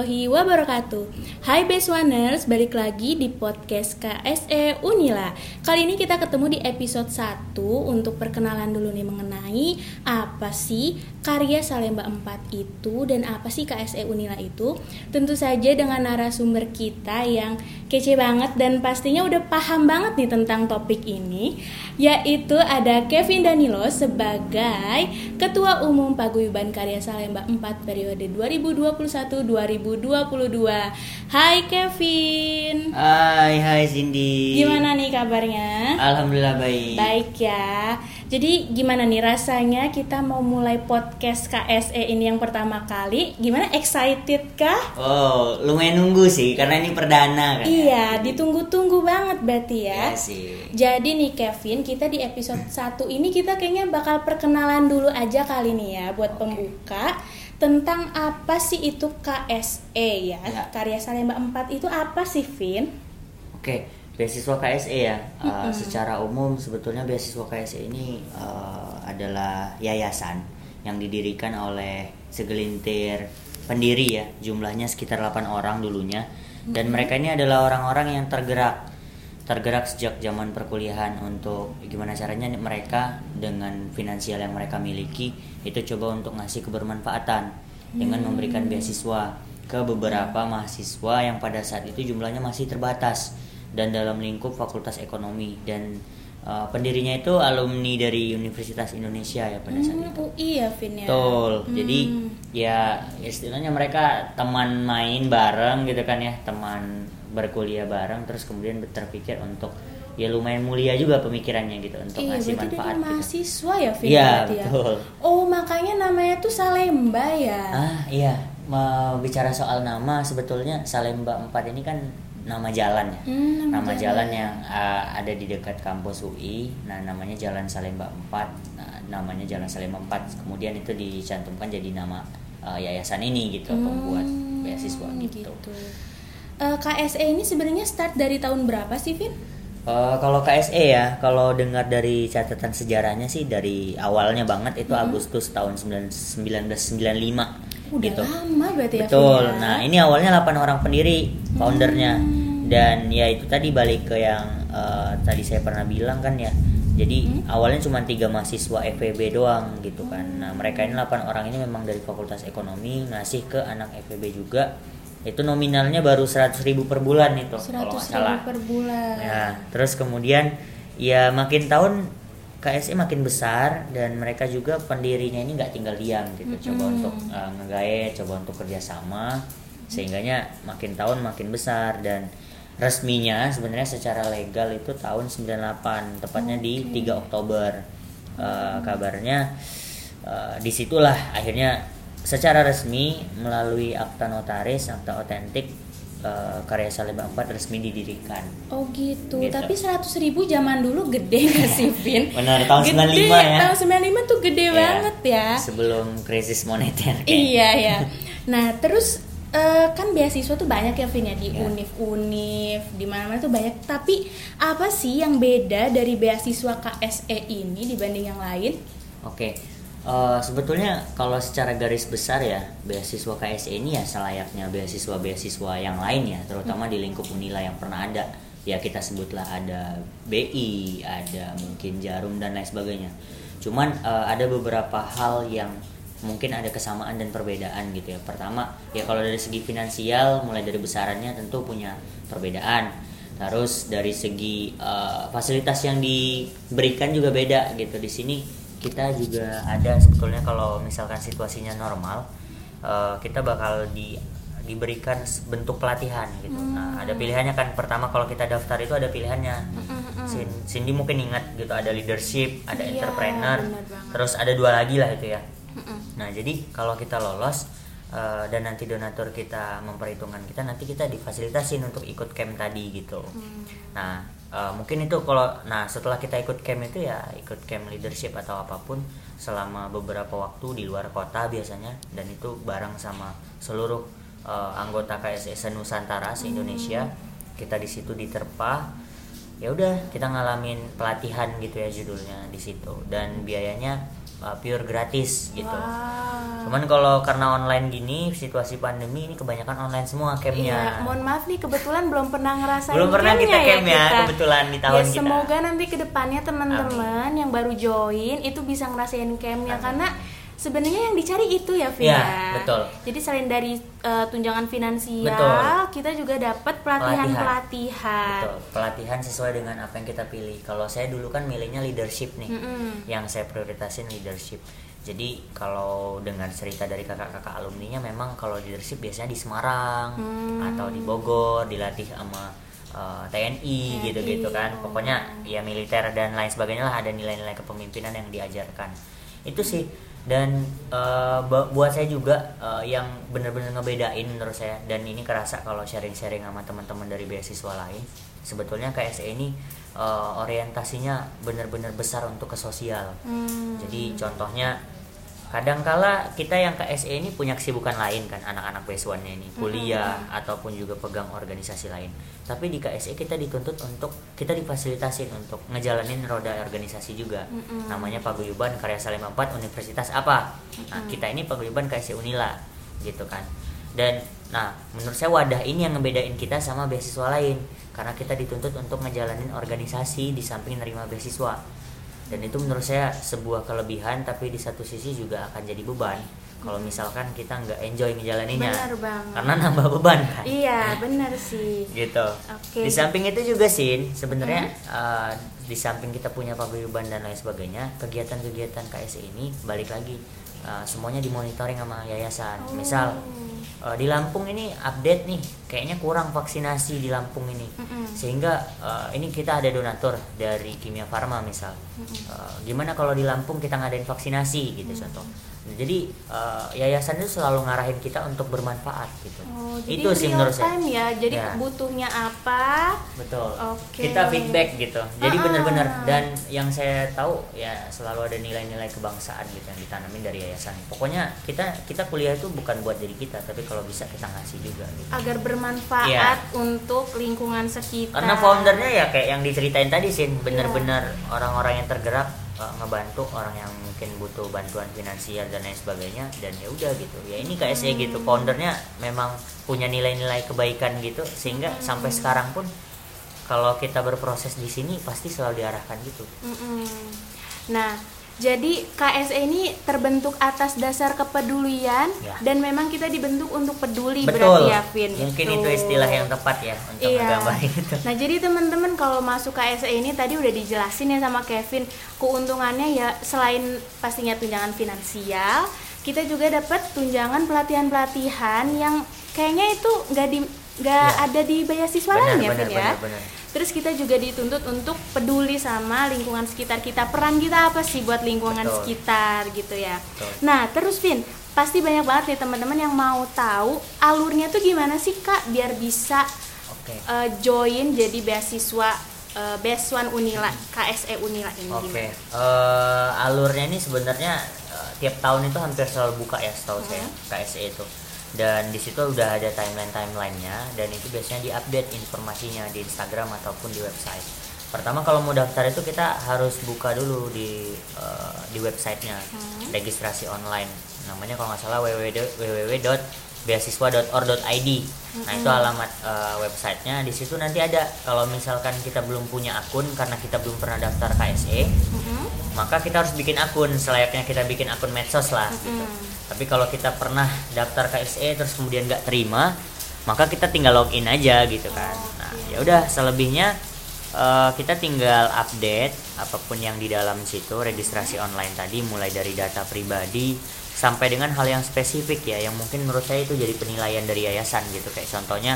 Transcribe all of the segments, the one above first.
warahmatullahi wabarakatuh. Hai Best Oneers, balik lagi di podcast KSE Unila. Kali ini kita ketemu di episode 1 untuk perkenalan dulu nih mengenai apa sih karya Salemba 4 itu dan apa sih KSE Unila itu. Tentu saja dengan narasumber kita yang kece banget dan pastinya udah paham banget nih tentang topik ini, yaitu ada Kevin Danilo sebagai Ketua Umum Paguyuban Karya Salemba 4 periode 2021-2022. Hai Kevin. Hai Cindy. Gimana nih kabarnya? Alhamdulillah baik. Baik ya. Jadi gimana nih rasanya kita mau mulai podcast KSE ini yang pertama kali? Gimana, excited kah? Oh, lumayan nunggu sih karena ini perdana kan. Iya, ditunggu-tunggu banget berarti ya. Iya sih. Jadi nih Kevin, kita di episode 1 ini kita kayaknya bakal perkenalan dulu aja kali nih ya buat pembuka tentang apa sih itu KSE ya. Karya Salemba 4 itu apa sih, Vin? Oke, beasiswa KSE ya. Secara umum sebetulnya beasiswa KSE ini adalah yayasan yang didirikan oleh segelintir pendiri ya. Jumlahnya sekitar 8 orang dulunya. Dan mereka ini adalah orang-orang yang tergerak sejak zaman perkuliahan untuk gimana caranya mereka dengan finansial yang mereka miliki itu coba untuk ngasih kebermanfaatan dengan memberikan beasiswa ke beberapa mahasiswa yang pada saat itu jumlahnya masih terbatas dan dalam lingkup Fakultas Ekonomi, dan pendirinya itu alumni dari Universitas Indonesia ya pada saat itu. Iya, Vin ya. Betul. Jadi ya istilahnya mereka teman main bareng gitu kan ya, teman berkuliah bareng, terus kemudian terpikir untuk ya lumayan mulia juga pemikirannya gitu untuk ngasih manfaat. Iya, berarti mahasiswa ya, Vin? Iya, betul. Oh, makanya namanya tuh Salemba ya. Iya. Bicara soal nama, sebetulnya Salemba 4 ini kan nama jalan ya. Nama jalan yang ada di dekat kampus UI. Nah, namanya Jalan Salemba 4. Nah, namanya Jalan Salemba 4. Kemudian itu dicantumkan jadi nama yayasan ini gitu, pembuat beasiswa gitu. KSE ini sebenarnya start dari tahun berapa sih, Vin? Kalau KSE ya, kalau dengar dari catatan sejarahnya sih dari awalnya banget itu Agustus tahun 1995. Udah gitu. Lama berarti ya. Betul. Nah, ini awalnya 8 orang pendiri, foundernya. Dan ya itu tadi balik ke yang tadi saya pernah bilang kan ya. Jadi awalnya cuma 3 mahasiswa FEB doang gitu kan. Nah, mereka ini 8 orang ini memang dari Fakultas Ekonomi ngasih ke anak FEB juga. Itu nominalnya baru 100.000 per bulan itu kalau nggak salah. 100.000 per bulan. Ya, terus kemudian ya makin tahun KSE makin besar dan mereka juga pendirinya ini nggak tinggal diam gitu, coba untuk ngegaet, coba untuk kerjasama, sehingganya makin tahun makin besar. Dan resminya sebenarnya secara legal itu tahun 98, tepatnya di 3 Oktober. Kabarnya disitulah akhirnya secara resmi melalui akta notaris, akta otentik, Karya Salemba 4 resmi didirikan. Oh gitu. Tapi 100.000 zaman dulu gede gak sih, Vin? Benar, tahun gede, 95 ya. Tahun 95 tuh gede banget ya. Sebelum krisis moneter. Iya ya. Nah terus kan beasiswa tuh banyak ya, Vin ya, di univ di mana-mana tuh banyak. Tapi apa sih yang beda dari beasiswa KSE ini dibanding yang lain? Oke. Sebetulnya kalau secara garis besar ya, beasiswa KSE ini ya selayaknya beasiswa-beasiswa yang lain ya, terutama di lingkup Unila yang pernah ada. Ya kita sebutlah ada BI, ada mungkin Jarum dan lain sebagainya. Cuman ada beberapa hal yang mungkin ada kesamaan dan perbedaan gitu ya. Pertama, ya kalau dari segi finansial mulai dari besarannya tentu punya perbedaan. Terus dari segi fasilitas yang diberikan juga beda gitu. Di sini kita juga ada sebetulnya kalau misalkan situasinya normal, kita bakal diberikan bentuk pelatihan gitu. Nah, ada pilihannya kan. Pertama kalau kita daftar itu ada pilihannya. Cindy mungkin ingat gitu, ada leadership, ada entrepreneur, terus ada 2 lagi lah itu ya. Nah, jadi kalau kita lolos dan nanti donatur kita memperhitungkan kita, nanti kita difasilitasin untuk ikut camp tadi gitu. Nah, mungkin itu kalau setelah kita ikut camp itu ya ikut camp leadership atau apapun selama beberapa waktu di luar kota biasanya, dan itu bareng sama seluruh anggota KSE Nusantara se-Indonesia. Kita di situ diterpa, ya udah kita ngalamin pelatihan gitu ya judulnya di situ, dan biayanya pure gratis gitu. Cuman kalau karena online gini, situasi pandemi ini kebanyakan online semua campnya. Iya, mohon maaf nih kebetulan belum pernah ngerasain. Belum pernah kita camp ya, kebetulan di tahun ya, kita. Semoga nanti kedepannya teman-teman yang baru join itu bisa ngerasain campnya. Karena sebenarnya yang dicari itu ya, Vin. Ya, betul. Jadi selain dari tunjangan finansial, betul, kita juga dapat pelatihan. Betul, pelatihan sesuai dengan apa yang kita pilih. Kalau saya dulu kan milihnya leadership nih, yang saya prioritasin leadership. Jadi kalau dengan cerita dari kakak-kakak alumninya, memang kalau leadership biasanya di Semarang atau di Bogor, dilatih sama TNI gitu-gitu kan. Pokoknya ya militer dan lain sebagainya lah, ada nilai-nilai kepemimpinan yang diajarkan. Itu sih. Dan buat saya juga yang benar-benar ngebedain menurut saya, dan ini kerasa kalau sharing-sharing sama teman-teman dari beasiswa lain, sebetulnya KSE ini orientasinya benar-benar besar untuk ke sosial. Jadi contohnya kadangkala kita yang KSE ini punya kesibukan lain kan, anak-anak beasiswanya ini kuliah ataupun juga pegang organisasi lain. Tapi di KSE kita dituntut untuk, kita difasilitasin untuk ngejalanin roda organisasi juga. Namanya Paguyuban Karya Salemba 4 Universitas apa? Nah, kita ini Paguyuban KSE Unila gitu kan. Dan nah, menurut saya wadah ini yang ngebedain kita sama beasiswa lain, karena kita dituntut untuk ngejalanin organisasi di samping nerima beasiswa. Dan itu menurut saya sebuah kelebihan, tapi di satu sisi juga akan jadi beban kalau misalkan kita nggak enjoy ngejalaninnya. Benar banget. Karena nambah beban kan. Iya, benar sih. Gitu. Oke. Di samping itu juga sih sebenarnya di samping kita punya paguyuban dan lain sebagainya, kegiatan-kegiatan KSE ini balik lagi semuanya dimonitoring sama yayasan. Misal di Lampung ini update nih, kayaknya kurang vaksinasi di Lampung ini, sehingga ini kita ada donatur dari Kimia Farma misal, gimana kalau di Lampung kita ngadain vaksinasi gitu contoh. Jadi yayasan itu selalu ngarahin kita untuk bermanfaat gitu. Jadi itu sih menurut saya. time ya, jadi ya, butuhnya apa? Betul. Oke. Kita feedback gitu. Jadi benar-benar, dan yang saya tahu ya selalu ada nilai-nilai kebangsaan gitu yang ditanamin dari yayasan. Pokoknya kita kuliah itu bukan buat diri kita, tapi kalau bisa kita ngasih juga gitu. Agar bermanfaat untuk lingkungan sekitar. Karena foundernya ya kayak yang diceritain tadi sih, benar-benar orang-orang yang tergerak ngebantu orang yang mungkin butuh bantuan finansial dan lain sebagainya, dan ya udah gitu ya, ini KSE gitu, foundernya memang punya nilai-nilai kebaikan gitu, sehingga sampai sekarang pun kalau kita berproses di sini pasti selalu diarahkan gitu. Nah, jadi KSE ini terbentuk atas dasar kepedulian dan memang kita dibentuk untuk peduli. Betul. Berarti ya, Vin. Mungkin itu istilah yang tepat ya untuk menggambarin itu. Nah, jadi teman-teman kalau masuk KSE ini tadi udah dijelasin ya sama Kevin, keuntungannya ya selain pastinya tunjangan finansial, kita juga dapat tunjangan pelatihan-pelatihan yang kayaknya itu nggak ada di beasiswa lain ya, Vin ya. Benar. Terus kita juga dituntut untuk peduli sama lingkungan sekitar kita. Peran kita apa sih buat lingkungan sekitar gitu ya. Nah, terus Vin, pasti banyak banget nih teman-teman yang mau tahu alurnya tuh gimana sih Kak biar bisa join jadi beasiswa Beasiswa Unila, KSE Unila ini. Alurnya ini sebenarnya tiap tahun itu hampir selalu buka ya setahu saya KSE itu. Dan di situ udah ada timeline-nya, dan itu biasanya diupdate informasinya di Instagram ataupun di website. Pertama kalau mau daftar itu kita harus buka dulu di websitenya, registrasi online. Namanya kalau nggak salah www.beasiswa.or.id. Nah itu alamat websitenya. Di situ nanti ada, kalau misalkan kita belum punya akun karena kita belum pernah daftar KSE, maka kita harus bikin akun selayaknya kita bikin akun medsos lah gitu. Tapi kalau kita pernah daftar KSE terus kemudian nggak terima, maka kita tinggal login aja gitu kan. Nah ya udah, selebihnya kita tinggal update apapun yang di dalam situ, registrasi online tadi, mulai dari data pribadi sampai dengan hal yang spesifik ya, yang mungkin menurut saya itu jadi penilaian dari yayasan gitu. Kayak contohnya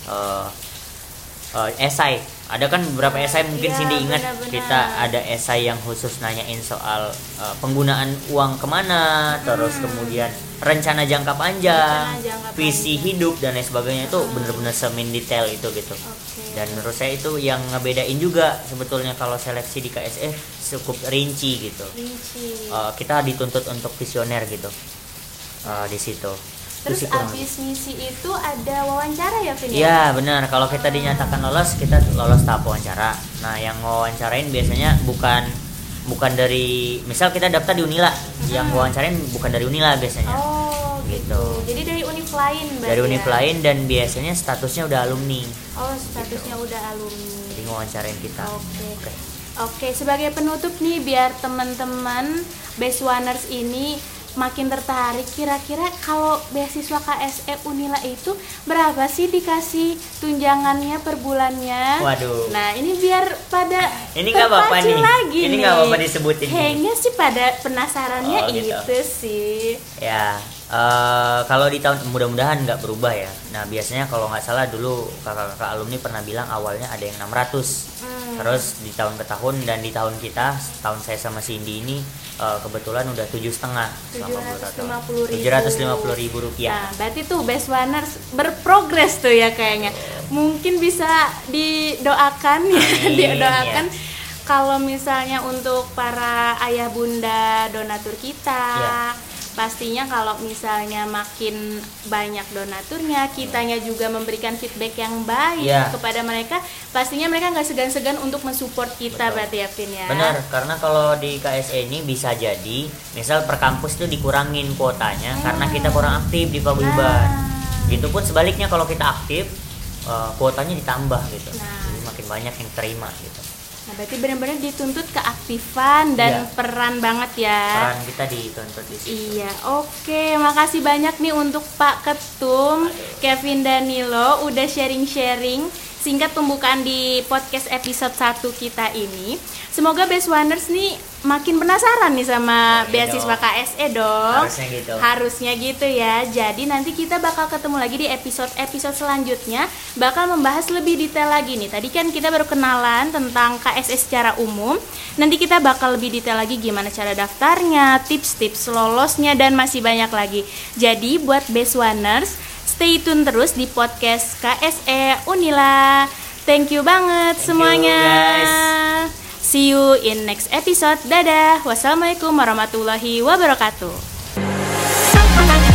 esai, ada kan beberapa esai mungkin Cindy ingat, kita ada esai yang khusus nanyain soal penggunaan uang kemana, terus kemudian rencana jangka panjang, visi hidup dan lain sebagainya, itu benar-benar semendetail itu gitu. Dan menurut saya itu yang ngebedain juga sebetulnya kalau seleksi di KSE cukup rinci gitu. Kita dituntut untuk visioner gitu di situ. Terus abis misi itu ada wawancara ya, Vin? Iya benar, kalau kita dinyatakan lolos, kita lolos tahap wawancara. Nah yang wawancarain biasanya bukan bukan dari, misal kita daftar di Unila, yang wawancarain bukan dari Unila biasanya. Oh gitu. Jadi dari univ lain berarti. Dari univ ya? lain, dan biasanya statusnya udah alumni. Oh, statusnya udah alumni. Jadi ngewawancarain kita. Oke, sebagai penutup nih, biar teman-teman Beswaners ini makin tertarik, kira-kira kalau beasiswa KSE Unila itu berapa sih dikasih tunjangannya per bulannya? Waduh. Nah, ini biar pada Ini nggak apa-apa nih. lagi Ini nih. nggak apa-apa disebutin. Kayaknya sih pada penasarannya Oh, gitu. itu sih. Ya, kalau di tahun, mudah-mudahan nggak berubah ya. Nah, biasanya kalau nggak salah dulu kakak-kakak alumni pernah bilang awalnya ada yang 600. Terus di tahun ke tahun, dan di tahun kita, tahun saya sama Cindy ini kebetulan udah 7,5 selama 750.000 rupiah. Nah, berarti tuh Beswaners berprogres tuh ya kayaknya. Mungkin bisa didoakan ya, Amin, didoakan. ya. Kalau misalnya untuk para ayah bunda donatur kita, pastinya kalau misalnya makin banyak donaturnya, kitanya juga memberikan feedback yang baik kepada mereka, pastinya mereka nggak segan-segan untuk mensupport kita. Betul. Berarti ya, Vin ya. Benar, karena kalau di KSE ini bisa jadi misal per kampus tuh dikurangin kuotanya karena kita kurang aktif di paguyuban. Gitu pun sebaliknya, kalau kita aktif kuotanya ditambah gitu. Jadi makin banyak yang terima gitu. Nah, berarti benar-benar dituntut keaktifan dan peran banget ya. Peran kita dituntut di situ. Iya, oke. Makasih banyak nih untuk Pak Ketum Kevin Danilo udah sharing-sharing singkat pembukaan di podcast episode 1 kita ini. Semoga Beswaners nih makin penasaran nih sama beasiswa KSE dong. Harusnya gitu ya. Jadi nanti kita bakal ketemu lagi di episode selanjutnya, bakal membahas lebih detail lagi nih. Tadi kan kita baru kenalan tentang KSE secara umum. Nanti kita bakal lebih detail lagi gimana cara daftarnya, tips-tips lolosnya, dan masih banyak lagi. Jadi buat Beswaners, stay tune terus di podcast KSE Unila. Thank you banget semuanya. Guys. See you in next episode. Dadah. Wassalamualaikum warahmatullahi wabarakatuh.